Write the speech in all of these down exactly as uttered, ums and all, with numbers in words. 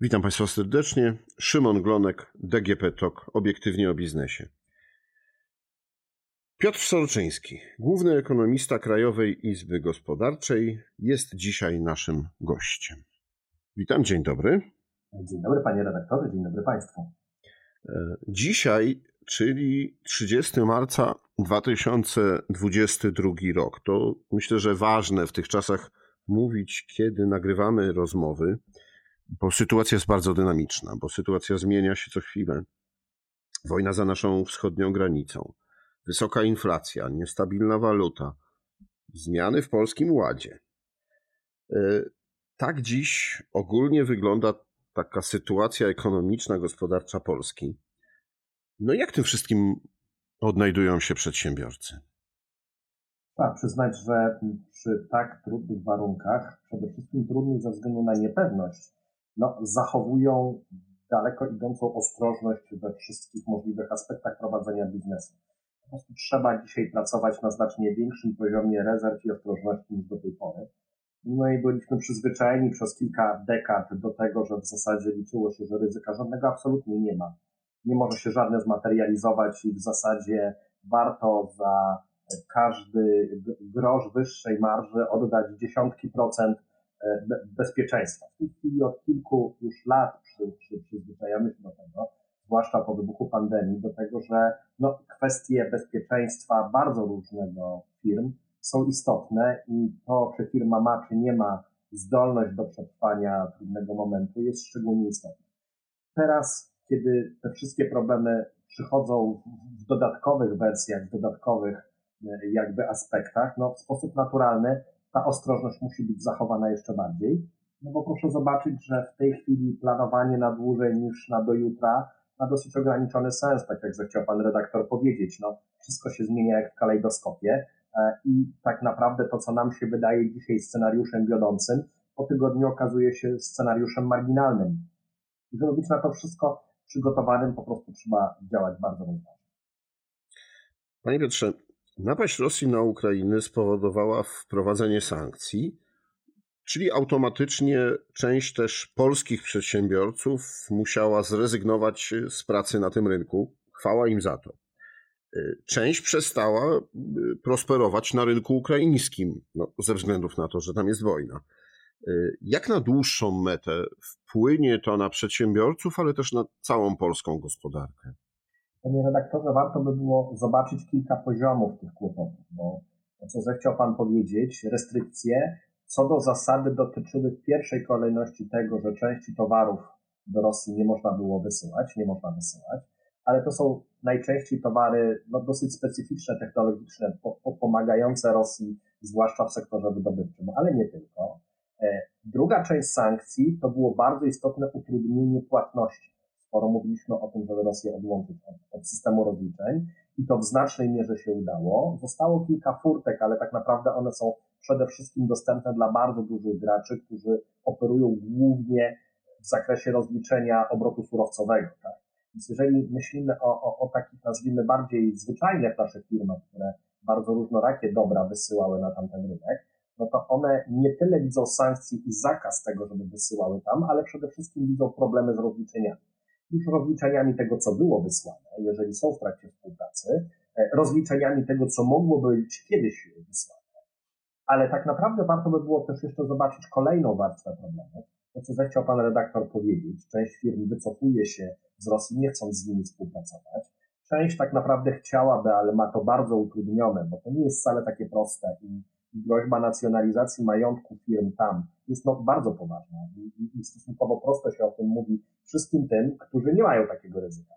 Witam Państwa serdecznie. Szymon Glonek, D G P Talk, obiektywnie o biznesie. Piotr Soroczyński, główny ekonomista Krajowej Izby Gospodarczej, jest dzisiaj naszym gościem. Witam, dzień dobry. Dzień dobry panie redaktorze, dzień dobry państwu. Dzisiaj, czyli trzydziestego marca dwa tysiące dwudziestego drugiego rok, to myślę, że ważne w tych czasach mówić, kiedy nagrywamy rozmowy, bo sytuacja jest bardzo dynamiczna, bo sytuacja zmienia się co chwilę. Wojna za naszą wschodnią granicą, wysoka inflacja, niestabilna waluta, zmiany w Polskim Ładzie. Tak dziś ogólnie wygląda taka sytuacja ekonomiczna, gospodarcza Polski. No i jak tym wszystkim odnajdują się przedsiębiorcy? Trzeba przyznać, że przy tak trudnych warunkach, przede wszystkim trudnych ze względu na niepewność, no, zachowują daleko idącą ostrożność we wszystkich możliwych aspektach prowadzenia biznesu. Po prostu trzeba dzisiaj pracować na znacznie większym poziomie rezerw i ostrożności niż do tej pory. No i byliśmy przyzwyczajeni przez kilka dekad do tego, że w zasadzie liczyło się, że ryzyka żadnego absolutnie nie ma. Nie może się żadne zmaterializować i w zasadzie warto za każdy grosz wyższej marży oddać dziesiątki procent bezpieczeństwa. W tej chwili od kilku już lat przy, przy, przyzwyczajamy się do tego, zwłaszcza po wybuchu pandemii, do tego, że no, kwestie bezpieczeństwa bardzo różnego firm są istotne i to, czy firma ma, czy nie ma zdolność do przetrwania trudnego momentu, jest szczególnie istotne. Teraz, kiedy te wszystkie problemy przychodzą w dodatkowych wersjach, w dodatkowych jakby aspektach, no w sposób naturalny ta ostrożność musi być zachowana jeszcze bardziej. No bo proszę zobaczyć, że w tej chwili planowanie na dłużej niż na do jutra ma dosyć ograniczony sens, tak jak zechciał pan redaktor powiedzieć. No, wszystko się zmienia jak w kalejdoskopie i tak naprawdę to, co nam się wydaje dzisiaj scenariuszem wiodącym, po tygodniu okazuje się scenariuszem marginalnym. I żeby być na to wszystko przygotowanym, po prostu trzeba działać bardzo rozważnie. Panie Piotrze, napaść Rosji na Ukrainę spowodowała wprowadzenie sankcji, czyli automatycznie część też polskich przedsiębiorców musiała zrezygnować z pracy na tym rynku. Chwała im za to. Część przestała prosperować na rynku ukraińskim, no, ze względów na to, że tam jest wojna. Jak na dłuższą metę wpłynie to na przedsiębiorców, ale też na całą polską gospodarkę? Panie redaktorze, warto by było zobaczyć kilka poziomów tych kłopotów, bo to, co zechciał pan powiedzieć, restrykcje co do zasady dotyczyły w pierwszej kolejności tego, że części towarów do Rosji nie można było wysyłać, nie można wysyłać, ale to są najczęściej towary no, dosyć specyficzne, technologiczne, po, po, pomagające Rosji, zwłaszcza w sektorze wydobywczym, ale nie tylko. E, druga część sankcji to było bardzo istotne utrudnienie płatności. Sporo mówiliśmy o tym, żeby Rosję odłączyć od, od systemu rozliczeń i to w znacznej mierze się udało. Zostało kilka furtek, ale tak naprawdę one są przede wszystkim dostępne dla bardzo dużych graczy, którzy operują głównie w zakresie rozliczenia obrotu surowcowego. Tak? Więc jeżeli myślimy o, o, o takich, nazwijmy, bardziej zwyczajnych naszych firmach, które bardzo różnorakie dobra wysyłały na tamten rynek, no to one nie tyle widzą sankcji i zakaz tego, żeby wysyłały tam, ale przede wszystkim widzą problemy z rozliczeniami. Już rozliczeniami tego, co było wysłane, jeżeli są w trakcie współpracy, rozliczeniami tego, co mogłoby być kiedyś wysłane. Ale tak naprawdę warto by było też jeszcze zobaczyć kolejną warstwę problemu. To, co zechciał pan redaktor powiedzieć, część firm wycofuje się z Rosji, nie chcąc z nimi współpracować. Część tak naprawdę chciałaby, ale ma to bardzo utrudnione, bo to nie jest wcale takie proste i groźba nacjonalizacji majątku firm tam jest no bardzo poważna i, i stosunkowo prosto się o tym mówi wszystkim tym, którzy nie mają takiego ryzyka.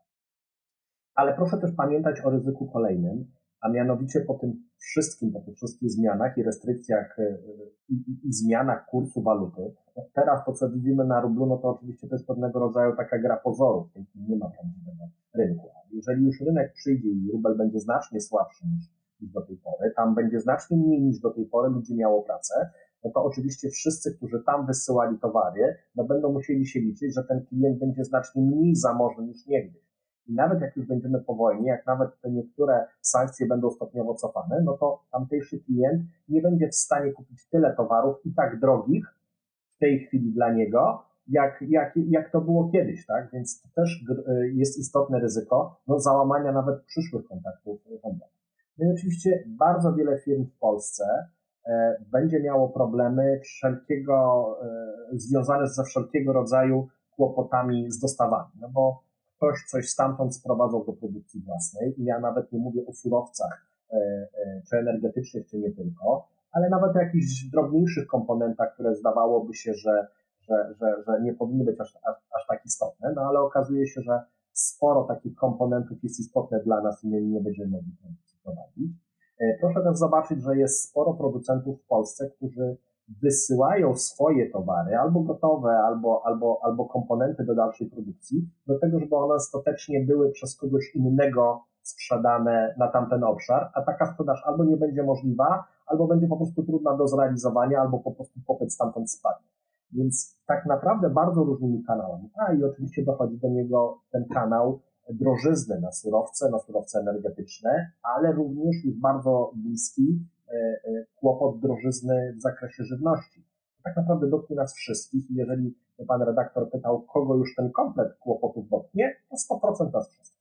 Ale proszę też pamiętać o ryzyku kolejnym, a mianowicie po tym wszystkim, po tych wszystkich zmianach i restrykcjach i, i, i zmianach kursu waluty. No teraz to, co widzimy na rublu, no to oczywiście to jest pewnego rodzaju taka gra pozorów, w tej chwili nie ma prawdziwego rynku. A jeżeli już rynek przyjdzie i rubel będzie znacznie słabszy niż niż do tej pory, tam będzie znacznie mniej niż do tej pory ludzi miało pracę, no to oczywiście wszyscy, którzy tam wysyłali towary, no będą musieli się liczyć, że ten klient będzie znacznie mniej zamożny niż niegdyś. I nawet jak już będziemy po wojnie, jak nawet te niektóre sankcje będą stopniowo cofane, no to tamtejszy klient nie będzie w stanie kupić tyle towarów i tak drogich w tej chwili dla niego, jak, jak, jak to było kiedyś, tak? Więc to też jest istotne ryzyko no, załamania nawet przyszłych kontaktów handlowych. No i oczywiście bardzo wiele firm w Polsce e, będzie miało problemy wszelkiego, e, związane ze wszelkiego rodzaju kłopotami z dostawami, no bo ktoś coś stamtąd sprowadzał do produkcji własnej i ja nawet nie mówię o surowcach e, e, czy energetycznych, czy nie tylko, ale nawet o jakichś drobniejszych komponentach, które zdawałoby się, że, że, że, że nie powinny być aż, aż, aż tak istotne, no ale okazuje się, że sporo takich komponentów jest istotne dla nas i my nie będziemy mogli produkcji prowadzić. Proszę też zobaczyć, że jest sporo producentów w Polsce, którzy wysyłają swoje towary, albo gotowe, albo, albo, albo komponenty do dalszej produkcji, do tego, żeby one ostatecznie były przez kogoś innego sprzedane na tamten obszar, a taka sprzedaż albo nie będzie możliwa, albo będzie po prostu trudna do zrealizowania, albo po prostu popyt stamtąd spadnie. Więc tak naprawdę bardzo różnymi kanałami. A i oczywiście dochodzi do niego ten kanał drożyzny na surowce, na surowce energetyczne, ale również już bardzo bliski kłopot drożyzny w zakresie żywności. Tak naprawdę dotknie nas wszystkich i jeżeli pan redaktor pytał, kogo już ten komplet kłopotów dotknie, to sto procent nas wszystkich.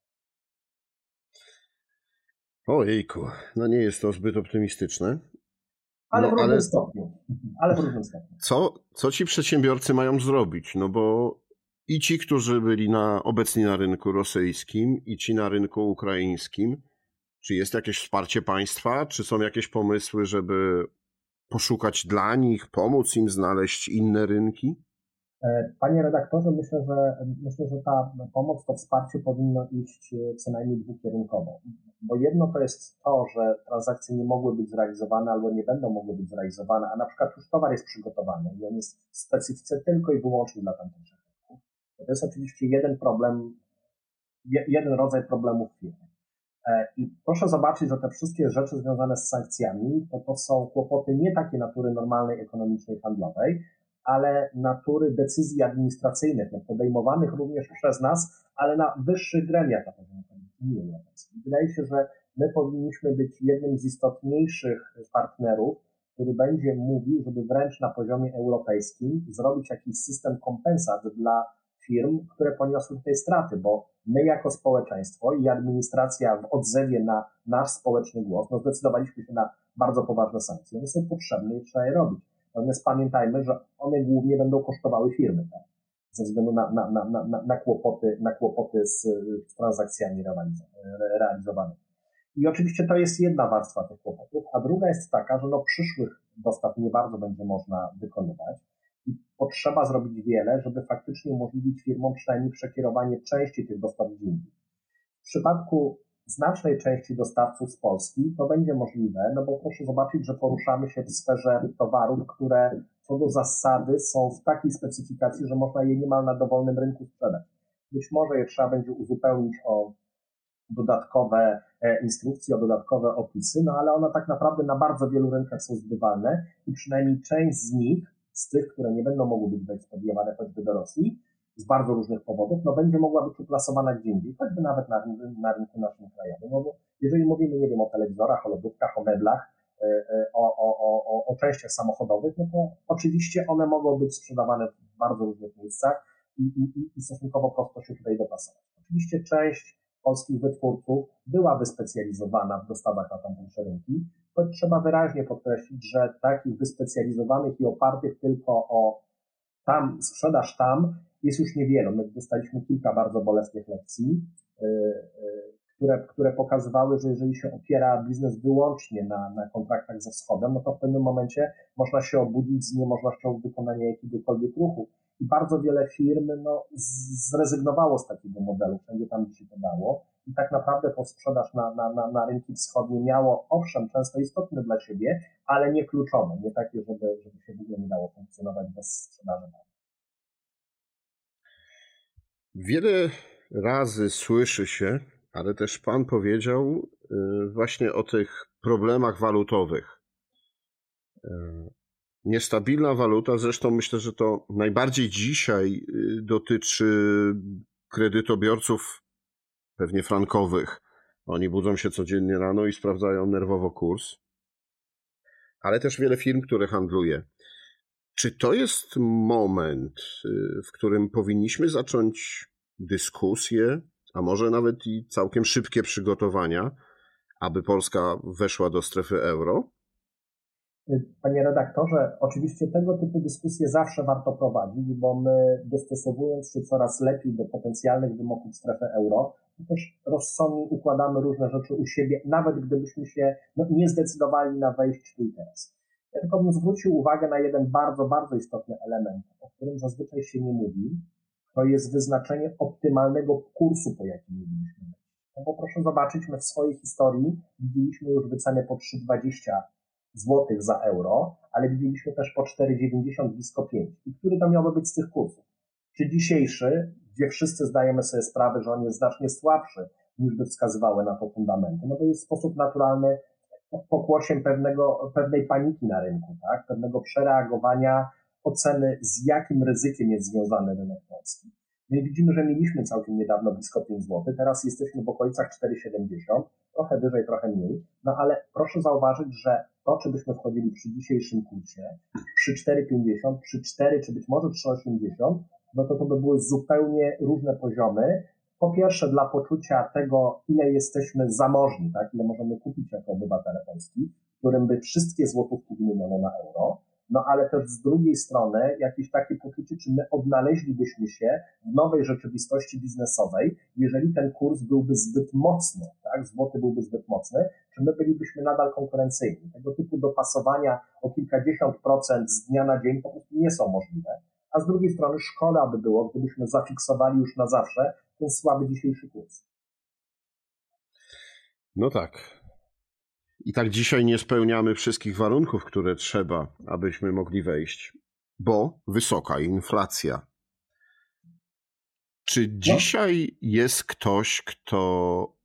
Ojejku, no nie jest to zbyt optymistyczne. Ale no, w różnym ale... stopniu. Ale w różnym stopniu. Co, co ci przedsiębiorcy mają zrobić? No bo i ci, którzy byli na, obecni na rynku rosyjskim, i ci na rynku ukraińskim, czy jest jakieś wsparcie państwa? Czy są jakieś pomysły, żeby poszukać dla nich, pomóc im znaleźć inne rynki? Panie redaktorze, myślę, że myślę, że ta pomoc, to wsparcie powinno iść co najmniej dwukierunkowo. Bo jedno to jest to, że transakcje nie mogły być zrealizowane albo nie będą mogły być zrealizowane, a na przykład już towar jest przygotowany i on jest w specyfice tylko i wyłącznie dla tamtejszych rynków. To jest oczywiście jeden problem, jeden rodzaj problemów firmy. I proszę zobaczyć, że te wszystkie rzeczy związane z sankcjami, to, to są kłopoty nie takie natury normalnej, ekonomicznej, handlowej, ale natury decyzji administracyjnych, no podejmowanych również przez nas, ale na wyższych gremiach na poziomie Unii Europejskiej. Wydaje się, że my powinniśmy być jednym z istotniejszych partnerów, który będzie mówił, żeby wręcz na poziomie europejskim zrobić jakiś system kompensat dla firm, które poniosły tutaj straty, bo my jako społeczeństwo i administracja w odzewie na nasz społeczny głos, no zdecydowaliśmy się na bardzo poważne sankcje. One są potrzebne i trzeba je robić. Natomiast pamiętajmy, że one głównie będą kosztowały firmy, tak? Ze względu na, na, na, na, na kłopoty, na kłopoty z, z transakcjami realizowanymi. I oczywiście to jest jedna warstwa tych kłopotów, a druga jest taka, że no przyszłych dostaw nie bardzo będzie można wykonywać i potrzeba zrobić wiele, żeby faktycznie umożliwić firmom przynajmniej przekierowanie części tych dostaw gdzie indziej. W przypadku znacznej części dostawców z Polski to będzie możliwe, no bo proszę zobaczyć, że poruszamy się w sferze towarów, które co do zasady są w takiej specyfikacji, że można je niemal na dowolnym rynku sprzedać. Być może je trzeba będzie uzupełnić o dodatkowe instrukcje, o dodatkowe opisy, no ale one tak naprawdę na bardzo wielu rynkach są zbywalne i przynajmniej część z nich, z tych, które nie będą mogły być wyeksportowane choćby do Rosji, z bardzo różnych powodów, no będzie mogła być uplasowana gdzie indziej, choćby nawet na, na rynku naszym krajowym. No bo jeżeli mówimy, nie wiem, o telewizorach, o lodówkach, o meblach, o, o, o, o częściach samochodowych, no to oczywiście one mogą być sprzedawane w bardzo różnych miejscach i, i, i stosunkowo prosto się tutaj dopasować. Oczywiście część polskich wytwórców była wyspecjalizowana w dostawach na tamtejsze rynki, choć trzeba wyraźnie podkreślić, że takich wyspecjalizowanych i opartych tylko o tam, sprzedaż tam jest już niewiele. My dostaliśmy kilka bardzo bolesnych lekcji, yy, yy, które, które pokazywały, że jeżeli się opiera biznes wyłącznie na, na kontraktach ze wschodem, no to w pewnym momencie można się obudzić z niemożnością wykonania jakiegokolwiek ruchu. I bardzo wiele firm no, zrezygnowało z takiego modelu, wszędzie tam, gdzie się to dało. I tak naprawdę po sprzedaż na, na, na, na rynki wschodnie miało, owszem, często istotne dla siebie, ale nie kluczowe, nie takie, żeby, żeby się w ogóle nie dało funkcjonować bez sprzedaży. Wiele razy słyszy się, ale też pan powiedział właśnie o tych problemach walutowych. Niestabilna waluta, zresztą myślę, że to najbardziej dzisiaj dotyczy kredytobiorców pewnie frankowych. Oni budzą się codziennie rano i sprawdzają nerwowo kurs, ale też wiele firm, które handluje. Czy to jest moment, w którym powinniśmy zacząć dyskusję, a może nawet i całkiem szybkie przygotowania, aby Polska weszła do strefy euro? Panie redaktorze, oczywiście tego typu dyskusje zawsze warto prowadzić, bo my, dostosowując się coraz lepiej do potencjalnych wymogów strefy euro, to też rozsądnie układamy różne rzeczy u siebie, nawet gdybyśmy się no, nie zdecydowali na wejść tu i teraz. Ja tylko bym zwrócił uwagę na jeden bardzo, bardzo istotny element, o którym zazwyczaj się nie mówi. To jest wyznaczenie optymalnego kursu, po jakim mielibyśmy wejść. No bo proszę zobaczyć, my w swojej historii widzieliśmy już wyceny po trzy dwadzieścia złotych za euro, ale widzieliśmy też po cztery dziewięćdziesiąt, blisko pięć. I który to miałby być z tych kursów? Czy dzisiejszy, gdzie wszyscy zdajemy sobie sprawę, że on jest znacznie słabszy, niż by wskazywały na to fundamenty, no to jest w sposób naturalny pokłosiem pewnego, pewnej paniki na rynku, tak? Pewnego przereagowania, oceny, z jakim ryzykiem jest związany rynek polski. No i widzimy, że mieliśmy całkiem niedawno blisko pięć złotych, teraz jesteśmy w okolicach cztery siedemdziesiąt, trochę wyżej, trochę mniej, no ale proszę zauważyć, że to, czy byśmy wchodzili przy dzisiejszym kursie, przy cztery pięćdziesiąt, przy cztery, czy być może trzy osiemdziesiąt, no to to by były zupełnie różne poziomy. Po pierwsze dla poczucia tego, ile jesteśmy zamożni, tak, ile możemy kupić jako obywatele Polski, którym by wszystkie złotówki wymieniono na euro, no ale też z drugiej strony jakieś takie poczucie, czy my odnaleźlibyśmy się w nowej rzeczywistości biznesowej, jeżeli ten kurs byłby zbyt mocny, tak, złoty byłby zbyt mocny, czy my bylibyśmy nadal konkurencyjni. Tego typu dopasowania o kilkadziesiąt procent z dnia na dzień po prostu nie są możliwe. A z drugiej strony szkoda by było, gdybyśmy zafiksowali już na zawsze ten słaby dzisiejszy kurs. No tak. I tak dzisiaj nie spełniamy wszystkich warunków, które trzeba, abyśmy mogli wejść, bo wysoka inflacja. Czy dzisiaj jest ktoś, kto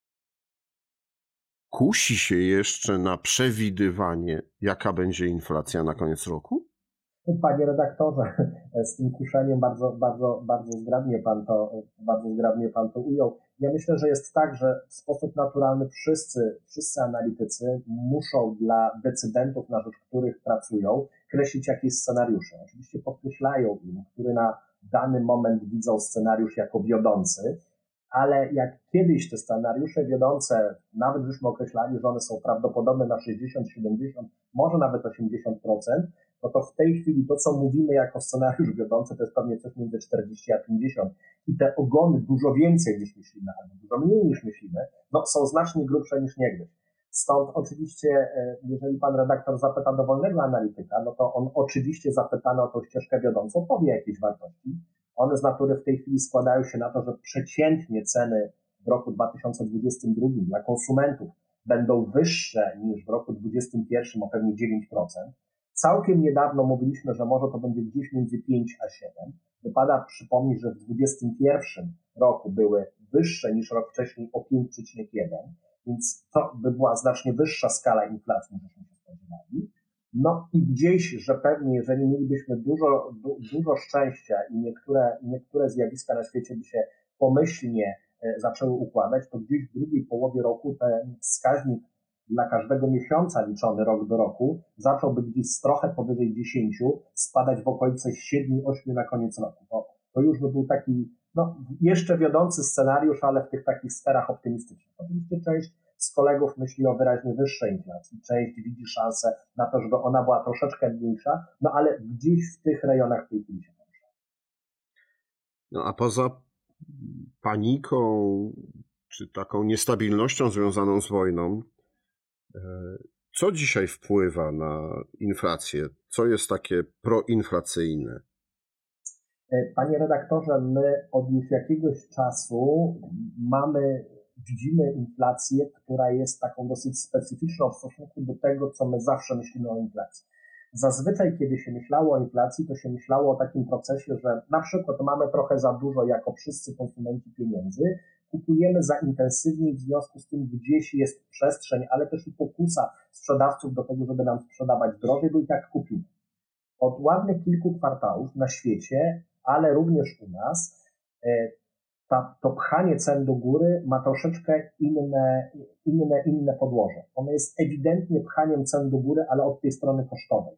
kusi się jeszcze na przewidywanie, jaka będzie inflacja na koniec roku? Panie redaktorze, z tym kuszeniem bardzo, bardzo, bardzo zgrabnie pan to, bardzo zgrabnie pan to ujął. Ja myślę, że jest tak, że w sposób naturalny wszyscy, wszyscy analitycy muszą dla decydentów, na rzecz których pracują, kreślić jakieś scenariusze. Oczywiście podkreślają im, który na dany moment widzą scenariusz jako wiodący, ale jak kiedyś te scenariusze wiodące, nawet żeśmy określali, że one są prawdopodobne na sześćdziesiąt, siedemdziesiąt, może nawet osiemdziesiąt procent, no to w tej chwili to, co mówimy jako scenariusz wiodący, to jest pewnie coś między czterdzieści a pięćdziesiąt i te ogony dużo więcej niż myślimy, albo dużo mniej niż myślimy, no są znacznie grubsze niż niegdyś. Stąd oczywiście, jeżeli pan redaktor zapyta dowolnego analityka, no to on oczywiście zapytany o tą ścieżkę wiodącą powie jakieś wartości. One z natury w tej chwili składają się na to, że przeciętnie ceny w roku dwa tysiące dwudziestym drugim dla konsumentów będą wyższe niż w roku dwudziestym pierwszym o pewnie dziewięć procent. Całkiem niedawno mówiliśmy, że może to będzie gdzieś między pięć a siedem. Wypada przypomnieć, że w dwudziestym pierwszym roku były wyższe niż rok wcześniej o pięć przecinek jeden, więc to by była znacznie wyższa skala inflacji, niż się spodziewali. No i gdzieś, że pewnie, jeżeli mielibyśmy dużo, du, dużo szczęścia i niektóre, niektóre zjawiska na świecie by się pomyślnie zaczęły układać, to gdzieś w drugiej połowie roku ten wskaźnik dla każdego miesiąca liczony rok do roku zacząłby gdzieś z trochę powyżej dziesięć spadać w okolice siedem osiem na koniec roku. To, to już by był taki no, jeszcze wiodący scenariusz, ale w tych takich sferach optymistycznych. Oczywiście część z kolegów myśli o wyraźnie wyższej inflacji, część widzi szansę na to, żeby ona była troszeczkę mniejsza, no ale gdzieś w tych rejonach w tej chwili się porusza. No a poza paniką czy taką niestabilnością związaną z wojną, co dzisiaj wpływa na inflację? Co jest takie proinflacyjne? Panie redaktorze, my od już jakiegoś czasu mamy, widzimy inflację, która jest taką dosyć specyficzną w stosunku do tego, co my zawsze myślimy o inflacji. Zazwyczaj, kiedy się myślało o inflacji, to się myślało o takim procesie, że na przykład mamy trochę za dużo jako wszyscy konsumenci pieniędzy, kupujemy za intensywnie, w związku z tym gdzieś jest przestrzeń, ale też i pokusa sprzedawców do tego, żeby nam sprzedawać drożej, bo i tak kupimy. Od ładnych kilku kwartałów na świecie, ale również u nas, ta, to pchanie cen do góry ma troszeczkę inne, inne, inne podłoże. Ono jest ewidentnie pchaniem cen do góry, ale od tej strony kosztowej.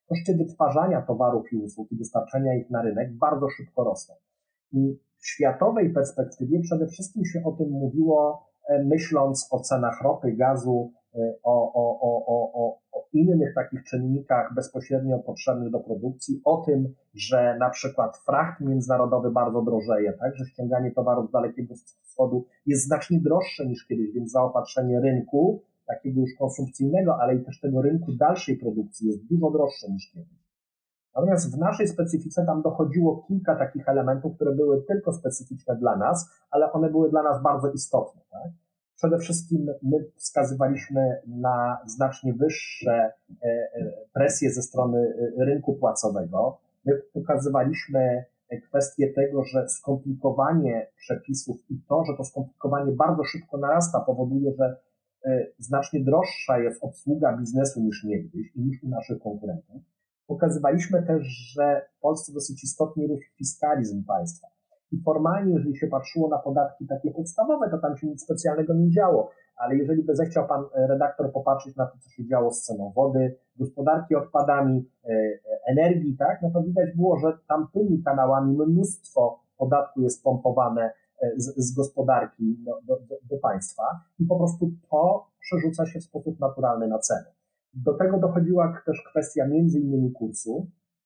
koszty wytwarzania towarów i usług i dostarczenia ich na rynek bardzo szybko rosną. I w światowej perspektywie przede wszystkim się o tym mówiło, myśląc o cenach ropy, gazu, o, o, o, o, o innych takich czynnikach bezpośrednio potrzebnych do produkcji, o tym, że na przykład fracht międzynarodowy bardzo drożeje, tak, że ściąganie towarów z Dalekiego Wschodu jest znacznie droższe niż kiedyś, więc zaopatrzenie rynku, takiego już konsumpcyjnego, ale i też tego rynku dalszej produkcji jest dużo droższe niż kiedyś. Natomiast w naszej specyfice tam dochodziło kilka takich elementów, które były tylko specyficzne dla nas, ale one były dla nas bardzo istotne. Tak? Przede wszystkim my wskazywaliśmy na znacznie wyższe presje ze strony rynku płacowego. My pokazywaliśmy kwestię tego, że skomplikowanie przepisów i to, że to skomplikowanie bardzo szybko narasta, powoduje, że znacznie droższa jest obsługa biznesu niż niegdyś i niż u naszych konkurentów. Pokazywaliśmy też, że w Polsce dosyć istotnie rósł fiskalizm państwa. I formalnie, jeżeli się patrzyło na podatki takie podstawowe, to tam się nic specjalnego nie działo. Ale jeżeli by zechciał pan redaktor popatrzeć na to, co się działo z ceną wody, gospodarki odpadami, energii, tak, no to widać było, że tamtymi kanałami mnóstwo podatku jest pompowane z, z gospodarki do, do, do państwa i po prostu to przerzuca się w sposób naturalny na ceny. Do tego dochodziła też kwestia między innymi kursu.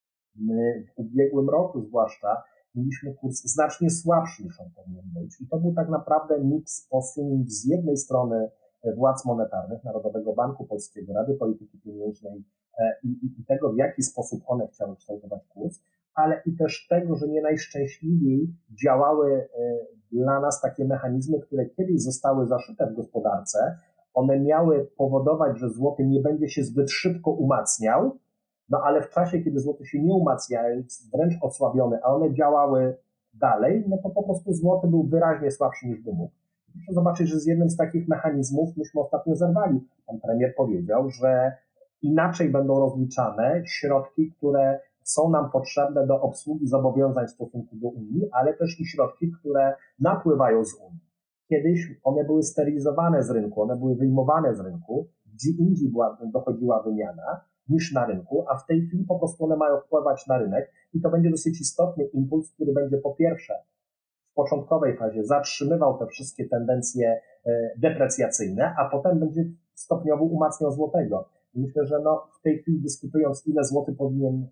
My w ubiegłym roku zwłaszcza mieliśmy kurs znacznie słabszy niż on powinien być i to był tak naprawdę miks posunięć z jednej strony władz monetarnych, Narodowego Banku Polskiego, Rady Polityki Pieniężnej i, i, i tego, w jaki sposób one chciały kształtować kurs, ale i też tego, że nie najszczęśliwiej działały dla nas takie mechanizmy, które kiedyś zostały zaszyte w gospodarce. One miały powodować, że złoty nie będzie się zbyt szybko umacniał, no ale w czasie, kiedy złoty się nie umacnia, jest wręcz osłabiony, a one działały dalej, no to po prostu złoty był wyraźnie słabszy niż by mógł. Proszę zobaczyć, że z jednym z takich mechanizmów myśmy ostatnio zerwali. Pan premier powiedział, że inaczej będą rozliczane środki, które są nam potrzebne do obsługi zobowiązań w stosunku do Unii, ale też i środki, które napływają z Unii. Kiedyś one były sterylizowane z rynku, one były wyjmowane z rynku, gdzie indziej była, dochodziła wymiana niż na rynku, a w tej chwili po prostu one mają wpływać na rynek i to będzie dosyć istotny impuls, który będzie po pierwsze w początkowej fazie zatrzymywał te wszystkie tendencje deprecjacyjne, a potem będzie stopniowo umacniał złotego. I myślę, że no w tej chwili dyskutując, ile złoty powinien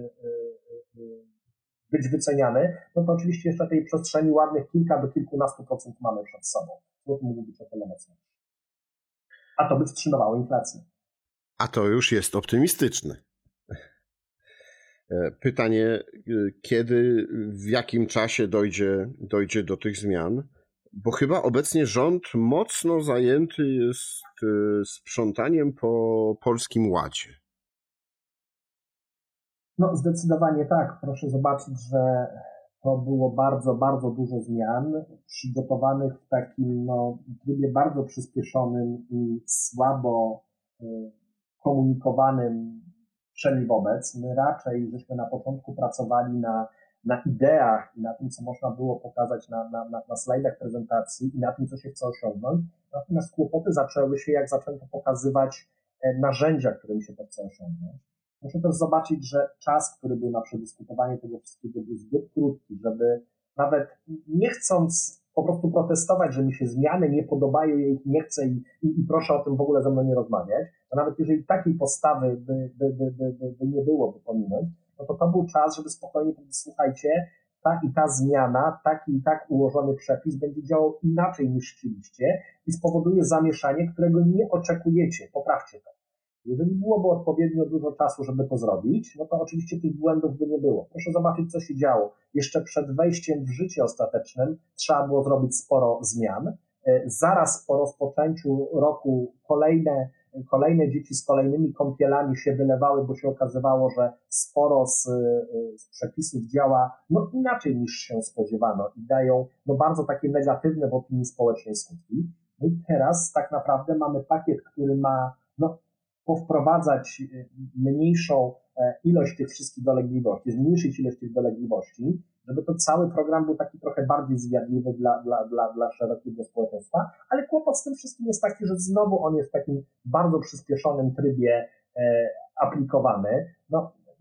być wyceniany, no to oczywiście jeszcze tej przestrzeni ładnych kilka do kilkunastu procent mamy przed sobą. Złoty mógł być o tyle mocniejszy. A to by wstrzymywało inflację. A to już jest optymistyczne. Pytanie, kiedy, w jakim czasie dojdzie, dojdzie do tych zmian? Bo chyba obecnie rząd mocno zajęty jest sprzątaniem po Polskim Ładzie. No zdecydowanie tak. Proszę zobaczyć, że to było bardzo, bardzo dużo zmian przygotowanych w takim no, trybie bardzo przyspieszonym i słabo y, komunikowanym wszemi wobec. My raczej żeśmy na początku pracowali na, na ideach i na tym, co można było pokazać na, na, na, na slajdach prezentacji i na tym, co się chce osiągnąć. Natomiast kłopoty zaczęły się, jak zaczęto pokazywać narzędzia, którymi się to chce osiągnąć. Muszę też zobaczyć, że czas, który był na przedyskutowanie tego wszystkiego, był zbyt krótki, żeby nawet nie chcąc po prostu protestować, że mi się zmiany nie podobają, ja ich nie chcę i, i, i proszę o tym w ogóle ze mną nie rozmawiać, to nawet jeżeli takiej postawy by, by, by, by, by, by nie było, by pominąć, no to to był czas, żeby spokojnie powiedzieć, słuchajcie, ta i ta zmiana, taki i tak ułożony przepis będzie działał inaczej niż chcieliście i spowoduje zamieszanie, którego nie oczekujecie, poprawcie to. Jeżeli byłoby odpowiednio dużo czasu, żeby to zrobić, no to oczywiście tych błędów by nie było. Proszę zobaczyć, co się działo. Jeszcze przed wejściem w życie ostatecznym trzeba było zrobić sporo zmian. Zaraz po rozpoczęciu roku kolejne, kolejne dzieci z kolejnymi kąpielami się wylewały, bo się okazywało, że sporo z, z przepisów działa no inaczej niż się spodziewano i dają no bardzo takie negatywne w opinii społecznej skutki. No i teraz tak naprawdę mamy pakiet, który ma no powprowadzać mniejszą ilość tych wszystkich dolegliwości, zmniejszyć ilość tych dolegliwości, żeby to cały program był taki trochę bardziej zjadliwy dla, dla, dla, dla szerokiego społeczeństwa, ale kłopot z tym wszystkim jest taki, że znowu on jest w takim bardzo przyspieszonym trybie e, aplikowany. No,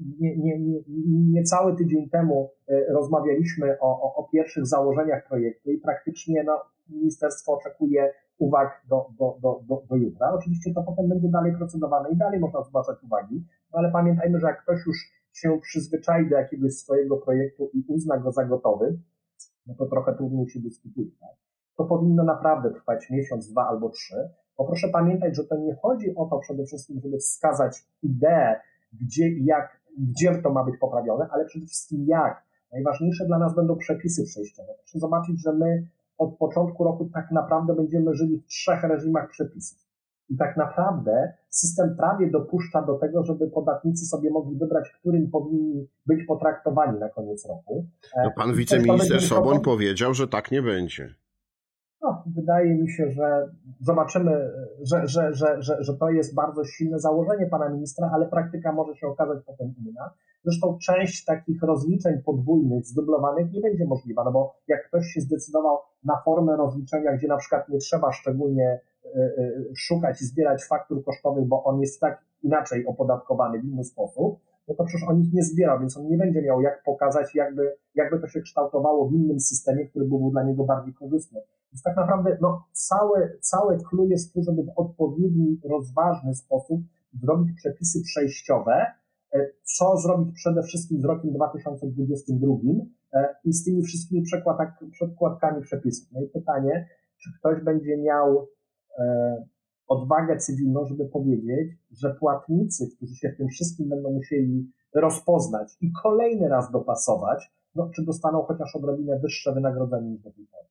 nie, nie, nie, niecały tydzień temu rozmawialiśmy o, o, o pierwszych założeniach projektu i praktycznie no, ministerstwo oczekuje uwag do, do, do, do, do jutra. Oczywiście to potem będzie dalej procedowane i dalej można zgłaszać uwagi, no ale pamiętajmy, że jak ktoś już się przyzwyczai do jakiegoś swojego projektu i uzna go za gotowy, no to trochę trudniej się dyskutuje. Tak? To powinno naprawdę trwać miesiąc, dwa albo trzy, bo proszę pamiętać, że to nie chodzi o to przede wszystkim, żeby wskazać ideę, gdzie i jak, gdzie to ma być poprawione, ale przede wszystkim jak. Najważniejsze dla nas będą przepisy przejściowe. Proszę zobaczyć, że my od początku roku tak naprawdę będziemy żyli w trzech reżimach przepisów. I tak naprawdę system prawie dopuszcza do tego, żeby podatnicy sobie mogli wybrać, którym powinni być potraktowani na koniec roku. No pan wiceminister Soboń powiedział, że tak nie będzie. No, wydaje mi się, że zobaczymy, że, że, że, że, że to jest bardzo silne założenie pana ministra, ale praktyka może się okazać potem inna. Zresztą część takich rozliczeń podwójnych, zdublowanych nie będzie możliwa, no bo jak ktoś się zdecydował na formę rozliczenia, gdzie na przykład nie trzeba szczególnie y, y, szukać i zbierać faktur kosztowych, bo on jest tak inaczej opodatkowany w inny sposób, no to przecież on ich nie zbiera, więc on nie będzie miał jak pokazać, jakby, jakby to się kształtowało w innym systemie, który byłby dla niego bardziej korzystny. Więc tak naprawdę no, całe, całe clue jest tu, żeby w odpowiedni, rozważny sposób zrobić przepisy przejściowe, co zrobić przede wszystkim z rokiem dwa tysiące dwudziestym drugim i z tymi wszystkimi przekładkami przepisów. No i pytanie, czy ktoś będzie miał e, odwagę cywilną, żeby powiedzieć, że płatnicy, którzy się w tym wszystkim będą musieli rozpoznać i kolejny raz dopasować, no, czy dostaną chociaż odrobinę wyższe wynagrodzenie niż do tej pory.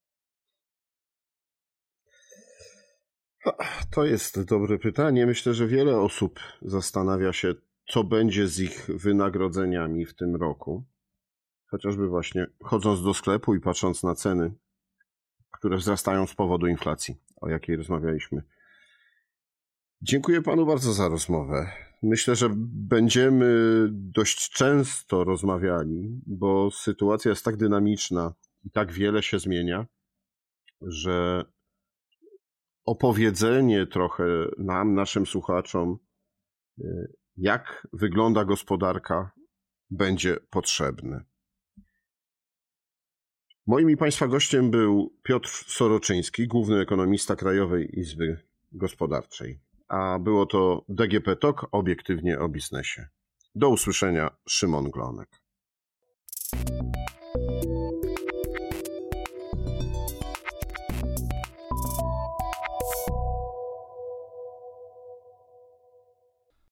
To jest dobre pytanie. Myślę, że wiele osób zastanawia się, co będzie z ich wynagrodzeniami w tym roku. Chociażby właśnie chodząc do sklepu i patrząc na ceny, które wzrastają z powodu inflacji, o jakiej rozmawialiśmy. Dziękuję panu bardzo za rozmowę. Myślę, że będziemy dość często rozmawiali, bo sytuacja jest tak dynamiczna i tak wiele się zmienia, że opowiedzenie trochę nam, naszym słuchaczom, jak wygląda gospodarka, będzie potrzebne. Moim i państwa gościem był Piotr Soroczyński, główny ekonomista Krajowej Izby Gospodarczej, a było to D G P Talk, obiektywnie o biznesie. Do usłyszenia, Szymon Glonek.